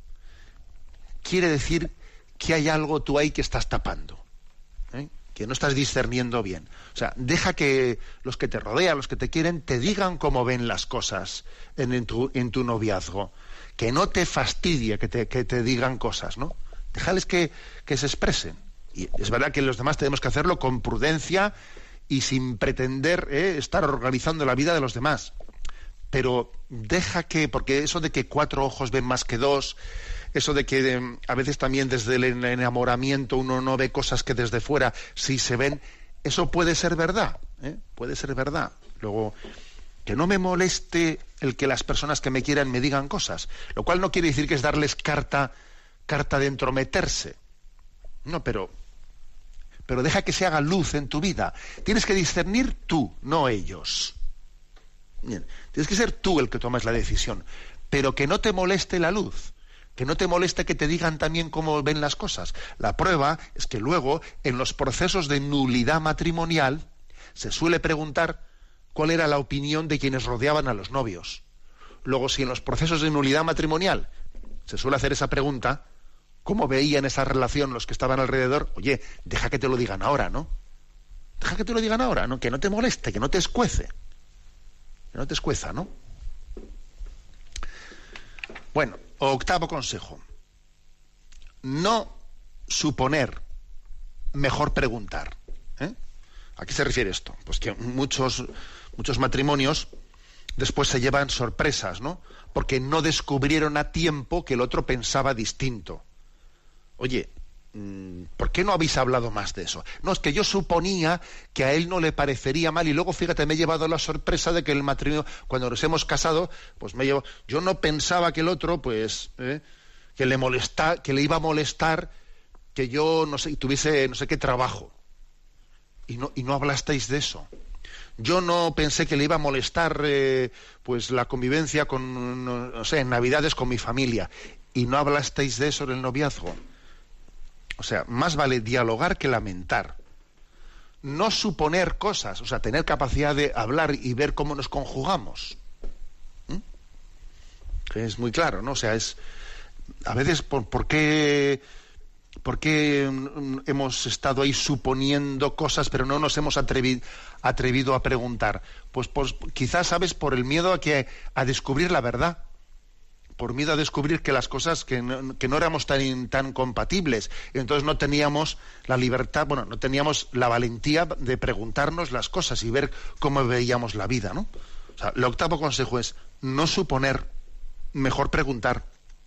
quiere decir que hay algo tú ahí que estás tapando, ¿eh? Que no estás discerniendo bien. O sea, deja que los que te rodean, los que te quieren, te digan cómo ven las cosas en, en, tu, en tu noviazgo. Que no te fastidie que te, que te digan cosas, ¿no? Déjales que, que se expresen. Y es verdad que los demás tenemos que hacerlo con prudencia y sin pretender eh, estar organizando la vida de los demás. Pero deja que, porque eso de que cuatro ojos ven más que dos, eso de que eh, a veces también desde el enamoramiento uno no ve cosas que desde fuera sí se ven, eso puede ser verdad, ¿eh? Puede ser verdad. Luego, que no me moleste el que las personas que me quieran me digan cosas, lo cual no quiere decir que es darles carta, carta de entrometerse. No, pero, pero deja que se haga luz en tu vida. Tienes que discernir tú, no ellos. Bien, tienes que ser tú el que tomas la decisión, pero que no te moleste la luz, que no te moleste que te digan también cómo ven las cosas. La prueba es que luego, en los procesos de nulidad matrimonial, se suele preguntar cuál era la opinión de quienes rodeaban a los novios. Luego, si en los procesos de nulidad matrimonial se suele hacer esa pregunta, ¿cómo veían esa relación los que estaban alrededor? Oye, deja que te lo digan ahora, ¿no? Deja que te lo digan ahora, ¿no? Que no te moleste, que no te escuece. Que no te escueza, ¿no? Bueno, octavo consejo. No suponer mejor preguntar. ¿eh? ¿A qué se refiere esto? Pues que muchos, muchos matrimonios después se llevan sorpresas, ¿no? Porque no descubrieron a tiempo que el otro pensaba distinto. Oye, ¿por qué no habéis hablado más de eso? No, es que yo suponía que a él no le parecería mal y luego, fíjate, me he llevado la sorpresa de que el matrimonio, cuando nos hemos casado, pues me llevo, yo no pensaba que el otro, pues, ¿eh? que le molesta, que le iba a molestar que yo, no sé, tuviese no sé qué trabajo. Y no, y no hablasteis de eso. Yo no pensé que le iba a molestar eh, pues la convivencia con, no sé, en Navidades con mi familia. Y no hablasteis de eso en el noviazgo. O sea, más vale dialogar que lamentar. No suponer cosas, o sea, tener capacidad de hablar y ver cómo nos conjugamos. ¿Mm? Es muy claro, ¿no? O sea, es... A veces, ¿por, por qué... ¿Por qué hemos estado ahí suponiendo cosas, pero no nos hemos atrevido, atrevido a preguntar? Pues, pues quizás, ¿sabes?, por el miedo a, que, a descubrir la verdad. Por miedo a descubrir que las cosas, que no, que no éramos tan, tan compatibles. Y entonces no teníamos la libertad, bueno, no teníamos la valentía de preguntarnos las cosas y ver cómo veíamos la vida, ¿no? O sea, el octavo consejo es no suponer, mejor preguntar.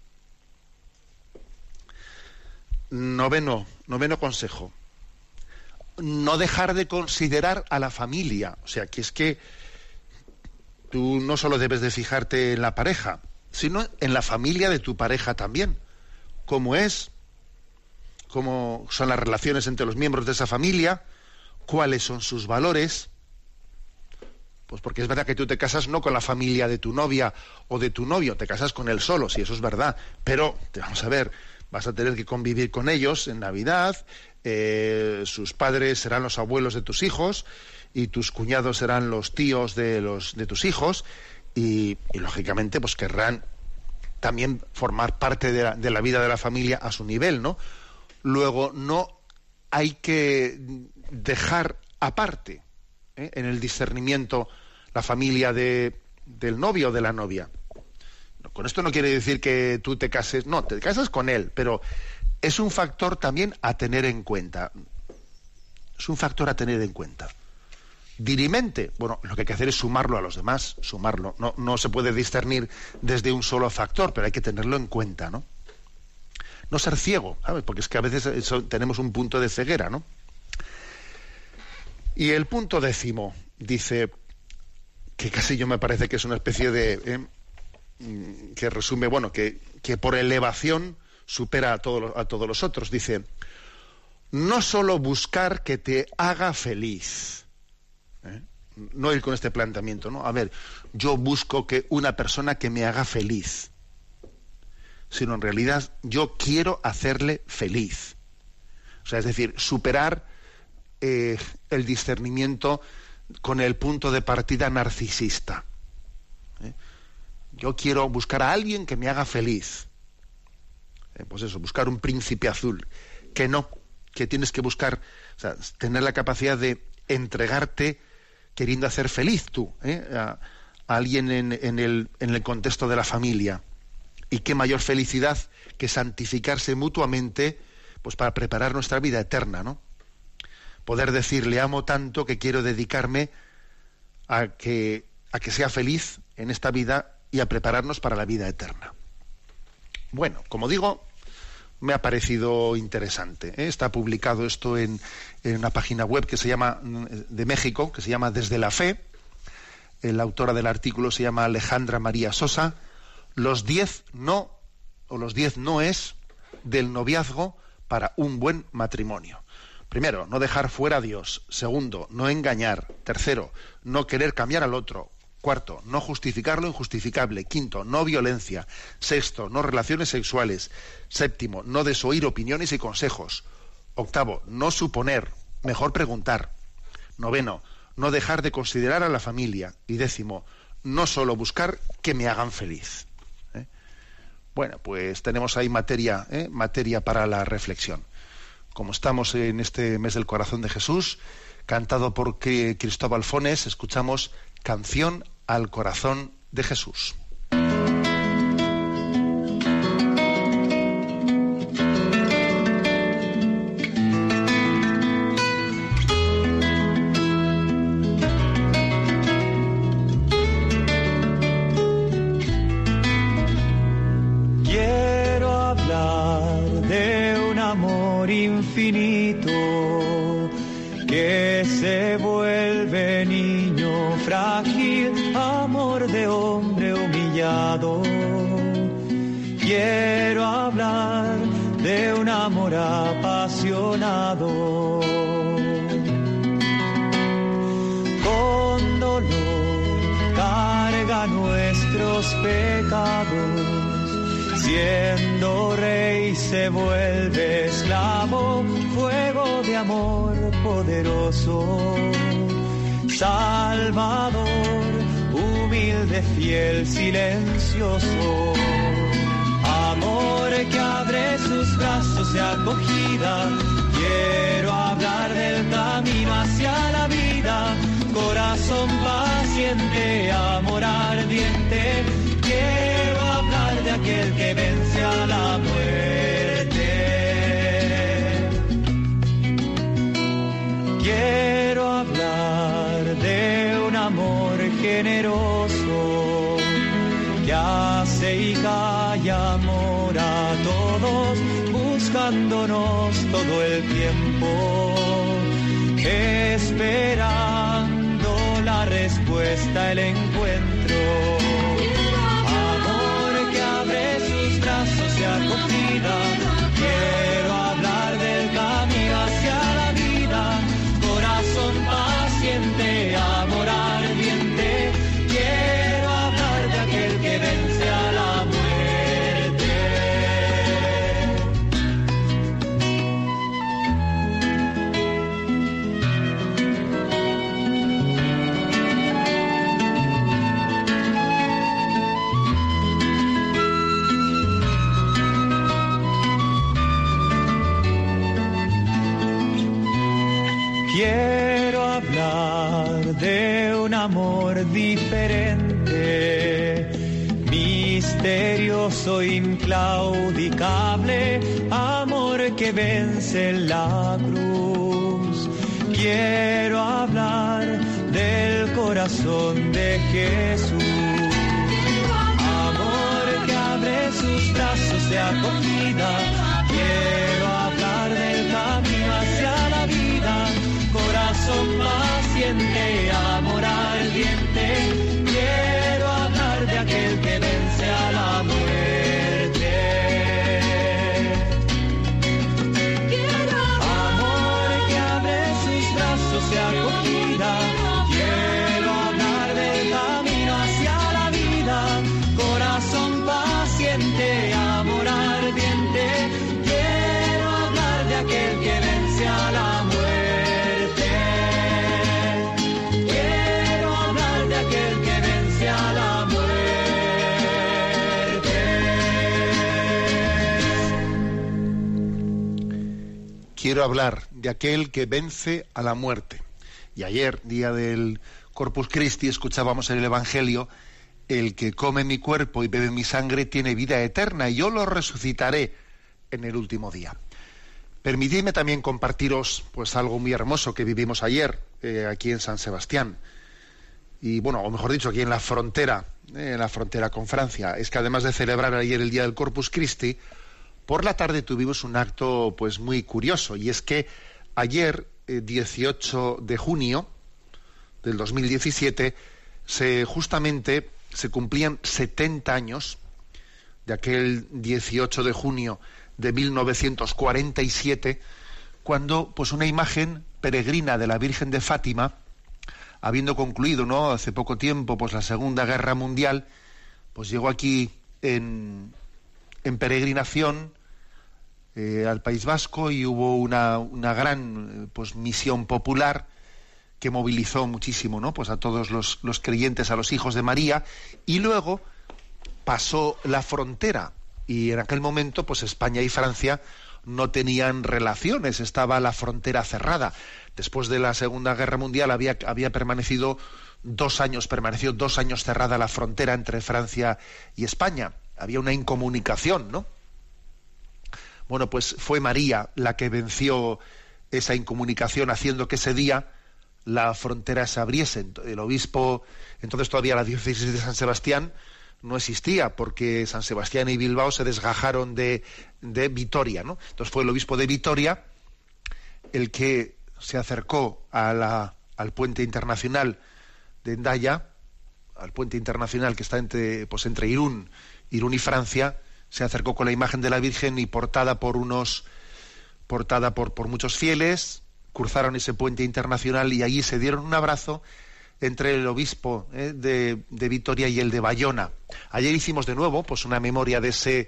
Noveno, noveno consejo. No dejar de considerar a la familia. O sea, que es que tú no solo debes de fijarte en la pareja, sino en la familia de tu pareja también. ¿Cómo es? ¿Cómo son las relaciones entre los miembros de esa familia? ¿Cuáles son sus valores? Pues porque es verdad que tú te casas no con la familia de tu novia o de tu novio, te casas con él solo, sí, eso es verdad. Pero, te vamos a ver, vas a tener que convivir con ellos en Navidad, eh, sus padres serán los abuelos de tus hijos y tus cuñados serán los tíos de, los, de tus hijos y, y lógicamente pues querrán también formar parte de la, de la vida de la familia a su nivel, ¿no? Luego, no hay que dejar aparte ¿eh? en el discernimiento la familia de, del novio o de la novia. Con esto no quiere decir que tú te cases, no, te casas con él, pero es un factor también a tener en cuenta. Es un factor a tener en cuenta. Dirimente, bueno, lo que hay que hacer es sumarlo a los demás, sumarlo. No, no se puede discernir desde un solo factor, pero hay que tenerlo en cuenta, ¿no? No ser ciego, ¿sabes? Porque es que a veces eso, tenemos un punto de ceguera, ¿no? Y el punto décimo dice, que casi yo me parece que es una especie de... ¿eh? que resume, bueno, que, que por elevación supera a, todo, a todos los otros. Dice, no solo buscar que te haga feliz, ¿eh? no ir con este planteamiento, ¿no? A ver, yo busco que una persona que me haga feliz, sino en realidad yo quiero hacerle feliz. O sea, es decir, superar eh, el discernimiento con el punto de partida narcisista. ¿eh? Yo quiero buscar a alguien que me haga feliz. Eh, pues eso, buscar un príncipe azul. Que no, que tienes que buscar, o sea, tener la capacidad de entregarte queriendo hacer feliz tú, ¿eh? a, a alguien en, en, el, en el contexto de la familia. Y qué mayor felicidad que santificarse mutuamente, pues para preparar nuestra vida eterna, ¿no? Poder decir, le amo tanto que quiero dedicarme a que, a que sea feliz en esta vida y a prepararnos para la vida eterna. Bueno, como digo, me ha parecido interesante. ¿eh? Está publicado esto en, en una página web que se llama, de México, que se llama Desde la Fe. La autora del artículo se llama Alejandra María Sosa. Los diez no, o los diez noes del noviazgo para un buen matrimonio. Primero, no dejar fuera a Dios. Segundo, no engañar. Tercero, no querer cambiar al otro. Cuarto, no justificar lo injustificable. Quinto, no violencia. Sexto, no relaciones sexuales. Séptimo, no desoír opiniones y consejos. Octavo, no suponer, mejor preguntar. Noveno, no dejar de considerar a la familia. Y décimo, no solo buscar que me hagan feliz. ¿Eh? Bueno, pues tenemos ahí materia, ¿eh? materia para la reflexión. Como estamos en este mes del Corazón de Jesús, cantado por Cristóbal Fones, escuchamos Canción al Corazón de Jesús. amor infinito que se vuelve niño frágil, amor de hombre humillado. Quiero hablar de un amor apasionado. Con dolor carga nuestros pecados, siendo rey se vuelve esclavo, fuego de amor poderoso. Salvador, humilde, fiel, silencioso. Amor que abre sus brazos de acogida. Quiero hablar del camino hacia la vida. Corazón paciente, amor ardiente. Quiero hablar de aquel que vence a la muerte. Quiero hablar de un amor generoso que hace y calla amor a todos, buscándonos todo el tiempo, esperando la respuesta, el encuentro. Amor que abre sus brazos de acogida. Quiero hablar del camino hacia la vida. Corazón paciente, amor ardiente. Quiero hablar de aquel que vence a la muerte. Quiero hablar de un amor diferente, misterioso, inclaudicable, amor que vence en la cruz. Quiero hablar del corazón de Jesús, amor que abre sus brazos de acogida. Quiero hablar del camino hacia la vida. Corazón paciente, amor ardiente. Quiero hablar de aquel que vence a la muerte. Amor que abre sus brazos de acogida. Quiero hablar del camino hacia la vida. Corazón paciente, amor ardiente. Quiero hablar de aquel que vence a la muerte. Quiero hablar de aquel que vence a la muerte. Y ayer, día del Corpus Christi, escuchábamos en el Evangelio: el que come mi cuerpo y bebe mi sangre tiene vida eterna, y yo lo resucitaré en el último día. Permitidme también compartiros pues algo muy hermoso que vivimos ayer eh, aquí en San Sebastián. Y bueno, o mejor dicho, aquí en la frontera, eh, en la frontera con Francia. Es que además de celebrar ayer el día del Corpus Christi, por la tarde tuvimos un acto pues muy curioso, y es que ayer, eh, dieciocho de junio del dos mil diecisiete, se, justamente se cumplían setenta años de aquel dieciocho de junio de mil novecientos cuarenta y siete, cuando pues una imagen peregrina de la Virgen de Fátima, habiendo concluido, ¿no?, hace poco tiempo pues la Segunda Guerra Mundial, pues llegó aquí en en peregrinación eh, al País Vasco, y hubo una, una gran pues misión popular que movilizó muchísimo, ¿no?, pues a todos los, los creyentes, a los hijos de María, y luego pasó la frontera, y en aquel momento pues España y Francia no tenían relaciones, estaba la frontera cerrada. Después de la Segunda Guerra Mundial había, había permanecido dos años, permaneció dos años cerrada la frontera entre Francia y España. Había una incomunicación, ¿no? Bueno, pues fue María la que venció esa incomunicación, haciendo que ese día la frontera se abriese. El obispo, entonces todavía la diócesis de San Sebastián, no existía, porque San Sebastián y Bilbao se desgajaron de, de Vitoria, ¿no? Entonces fue el obispo de Vitoria el que se acercó a la, al puente internacional de Hendaya, al puente internacional que está entre, pues entre Irún, Irún y Francia, se acercó con la imagen de la Virgen y portada por unos, portada por, por muchos fieles, cruzaron ese puente internacional y allí se dieron un abrazo entre el obispo eh, de, de Vitoria y el de Bayona. Ayer hicimos de nuevo pues una memoria de ese,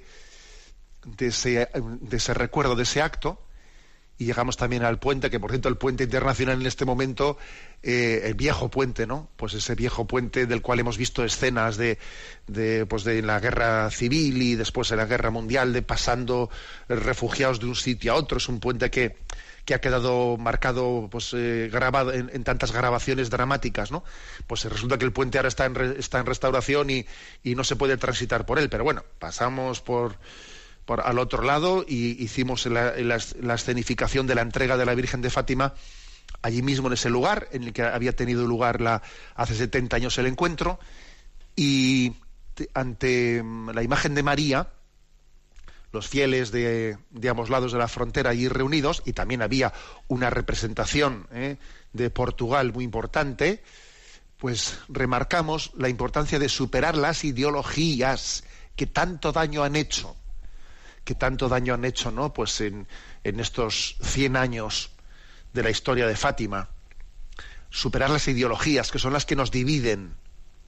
de ese, de ese recuerdo, de ese acto, y llegamos también al puente, que por cierto el puente internacional en este momento, eh, el viejo puente, ¿no? Pues ese viejo puente del cual hemos visto escenas de, de, pues de la guerra civil y después de la guerra mundial, de pasando refugiados de un sitio a otro. Es un puente que, que ha quedado marcado, pues eh, grabado en, en tantas grabaciones dramáticas, ¿no? Pues resulta que el puente ahora está en, re, está en restauración y, y no se puede transitar por él, pero bueno, pasamos por... Por, al otro lado, y hicimos la, la, la escenificación de la entrega de la Virgen de Fátima allí mismo en ese lugar en el que había tenido lugar la, hace setenta años el encuentro, y te, ante la imagen de María, los fieles de, de ambos lados de la frontera allí reunidos, y también había una representación eh, de Portugal muy importante, pues remarcamos la importancia de superar las ideologías que tanto daño han hecho. que tanto daño han hecho, ¿no? Pues en, en estos cien años de la historia de Fátima. Superar las ideologías, que son las que nos dividen.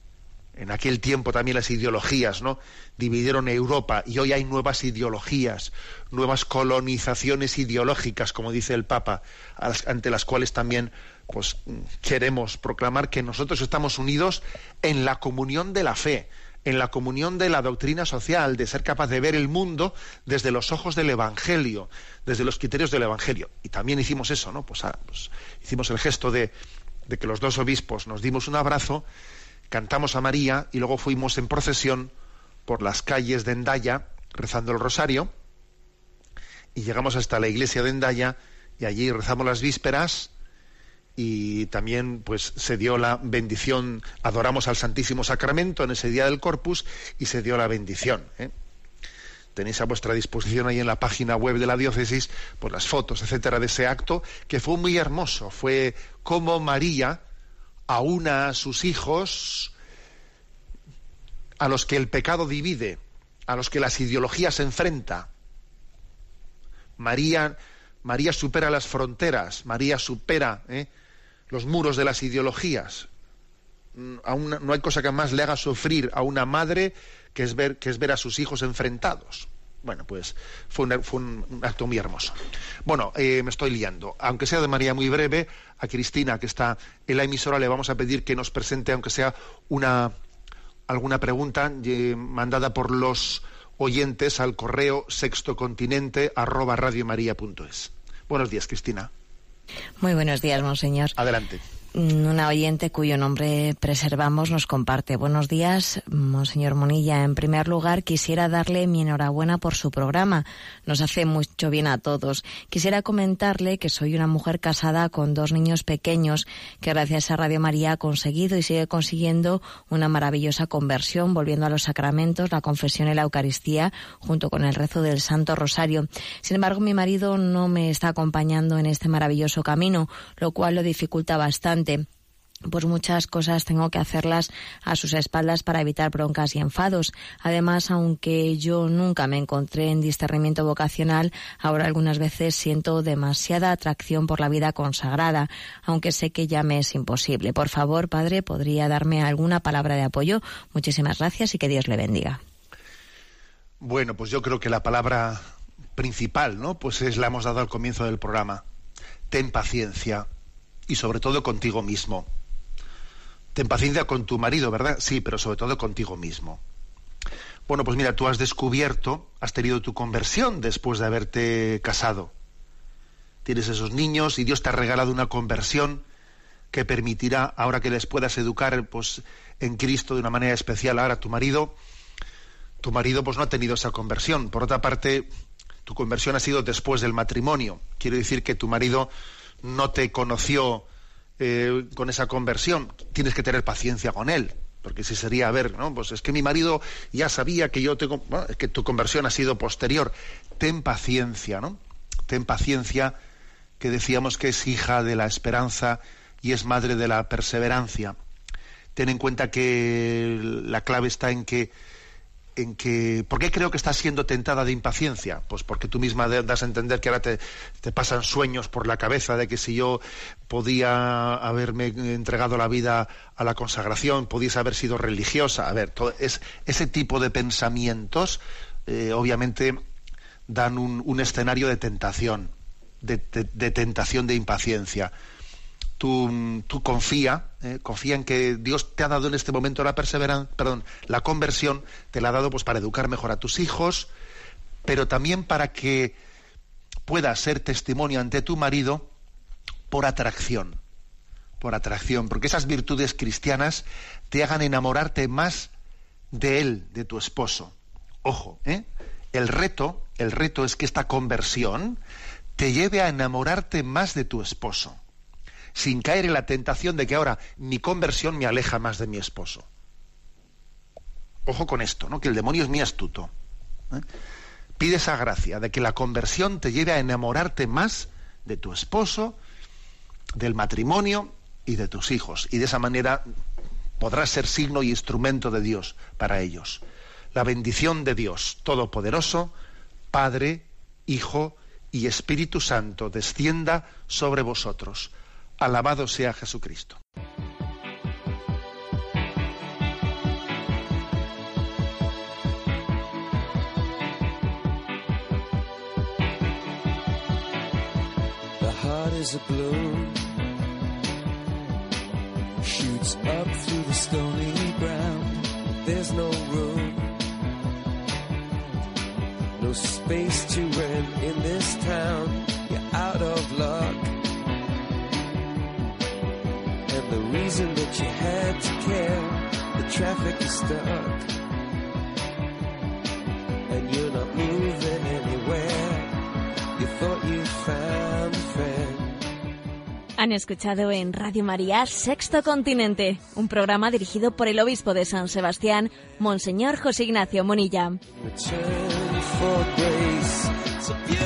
En aquel tiempo también las ideologías, ¿no? Dividieron Europa, y hoy hay nuevas ideologías, nuevas colonizaciones ideológicas, como dice el Papa, ante las cuales también pues queremos proclamar que nosotros estamos unidos en la comunión de la fe, en la comunión de la doctrina social, de ser capaz de ver el mundo desde los ojos del Evangelio, desde los criterios del Evangelio. Y también hicimos eso, ¿no? Pues, ah, pues hicimos el gesto de, de que los dos obispos nos dimos un abrazo, cantamos a María y luego fuimos en procesión por las calles de Hendaya rezando el rosario, y llegamos hasta la iglesia de Hendaya y allí rezamos las vísperas. Y también pues se dio la bendición, adoramos al Santísimo Sacramento en ese día del Corpus y se dio la bendición. ¿eh? Tenéis a vuestra disposición ahí en la página web de la diócesis pues las fotos, etcétera, de ese acto, que fue muy hermoso. Fue como María aúna a sus hijos, a los que el pecado divide, a los que las ideologías enfrenta. María, María supera las fronteras, María supera... ¿eh? los muros de las ideologías. A una, no hay cosa que más le haga sufrir a una madre que es ver, que es ver a sus hijos enfrentados. Bueno, pues fue, una, fue un, un acto muy hermoso. Bueno, eh, me estoy liando. Aunque sea de María muy breve, a Cristina, que está en la emisora, le vamos a pedir que nos presente, aunque sea una alguna pregunta eh, mandada por los oyentes al correo sextocontinente arroba radiomaria.es. Buenos días, Cristina. Muy buenos días, monseñor. Adelante. Una oyente cuyo nombre preservamos nos comparte. Buenos días, monseñor Munilla. En primer lugar, quisiera darle mi enhorabuena por su programa. Nos hace mucho bien a todos. Quisiera comentarle que soy una mujer casada con dos niños pequeños que gracias a Radio María ha conseguido y sigue consiguiendo una maravillosa conversión, volviendo a los sacramentos, la confesión y la Eucaristía, junto con el rezo del Santo Rosario. Sin embargo, mi marido no me está acompañando en este maravilloso camino, lo cual lo dificulta bastante. Pues muchas cosas tengo que hacerlas a sus espaldas para evitar broncas y enfados. Además, aunque yo nunca me encontré en discernimiento vocacional, ahora algunas veces siento demasiada atracción por la vida consagrada, aunque sé que ya me es imposible. Por favor, padre, ¿podría darme alguna palabra de apoyo? Muchísimas gracias y que Dios le bendiga. Bueno, pues yo creo que la palabra principal, ¿no? Pues es, la hemos dado al comienzo del programa. Ten paciencia. Y sobre todo contigo mismo. Ten paciencia con tu marido, ¿verdad? Sí, pero sobre todo contigo mismo. Bueno, pues mira, tú has descubierto, has tenido tu conversión después de haberte casado. Tienes esos niños y Dios te ha regalado una conversión que permitirá, ahora que les puedas educar pues, en Cristo de una manera especial. Ahora tu marido, tu marido pues no ha tenido esa conversión. Por otra parte, tu conversión ha sido después del matrimonio. Quiero decir que tu marido no te conoció eh, con esa conversión. Tienes que tener paciencia con él. porque si sería, a ver, ¿no? Pues es que mi marido ya sabía que yo tengo, bueno, es que tu conversión ha sido posterior. Ten paciencia, ¿no? Ten paciencia, que decíamos que es hija de la esperanza y es madre de la perseverancia. Ten en cuenta que la clave está en que en que ¿por qué creo que estás siendo tentada de impaciencia? Pues porque tú misma das a entender que ahora te, te pasan sueños por la cabeza de que si yo podía haberme entregado la vida a la consagración, pudiese haber sido religiosa. A ver, todo es, ese tipo de pensamientos eh, obviamente dan un, un escenario de tentación, de, de, de tentación de impaciencia. Tú, tú confía, eh, confía en que Dios te ha dado en este momento la perseverancia, perdón, la conversión, te la ha dado pues para educar mejor a tus hijos, pero también para que puedas ser testimonio ante tu marido por atracción, por atracción, porque esas virtudes cristianas te hagan enamorarte más de él, de tu esposo. Ojo, ¿eh? El reto, el reto es que esta conversión te lleve a enamorarte más de tu esposo, sin caer en la tentación de que ahora mi conversión me aleja más de mi esposo. Ojo con esto, ¿no? Que el demonio es muy astuto. ¿eh? Pide esa gracia de que la conversión te lleve a enamorarte más de tu esposo, del matrimonio y de tus hijos. Y de esa manera podrás ser signo y instrumento de Dios para ellos. La bendición de Dios Todopoderoso, Padre, Hijo y Espíritu Santo, descienda sobre vosotros. Alabado sea Jesucristo. The heart is a balloon, shoots up through the stony ground. There's no room, no space to rent in this town. You're out of luck. The reason that you had to care, the traffic is stuck, and you're not moving anywhere. You thought you found a friend. Han escuchado en Radio María Sexto Continente, un programa dirigido por el obispo de San Sebastián, Monseñor José Ignacio Munilla. Return for grace. So